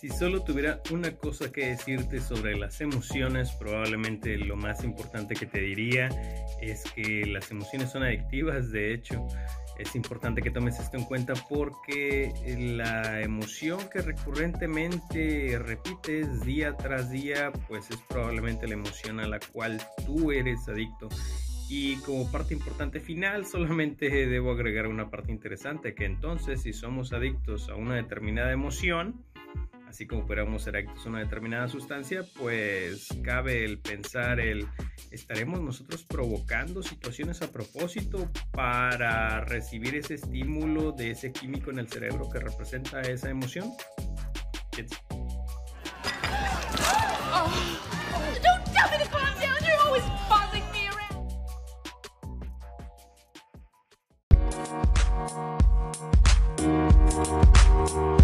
Si solo tuviera una cosa que decirte sobre las emociones, probablemente lo más importante que te diría es que las emociones son adictivas. De hecho, es importante que tomes esto en cuenta porque la emoción que recurrentemente repites día tras día, pues es probablemente la emoción a la cual tú eres adicto. Y como parte importante final, solamente debo agregar una parte interesante, que entonces si somos adictos a una determinada emoción, así como podríamos ser adictos a una determinada sustancia, pues cabe el pensar ¿estaremos nosotros provocando situaciones a propósito para recibir ese estímulo de ese químico en el cerebro que representa esa emoción? Don't tell me to calm down. You're always bossing me around.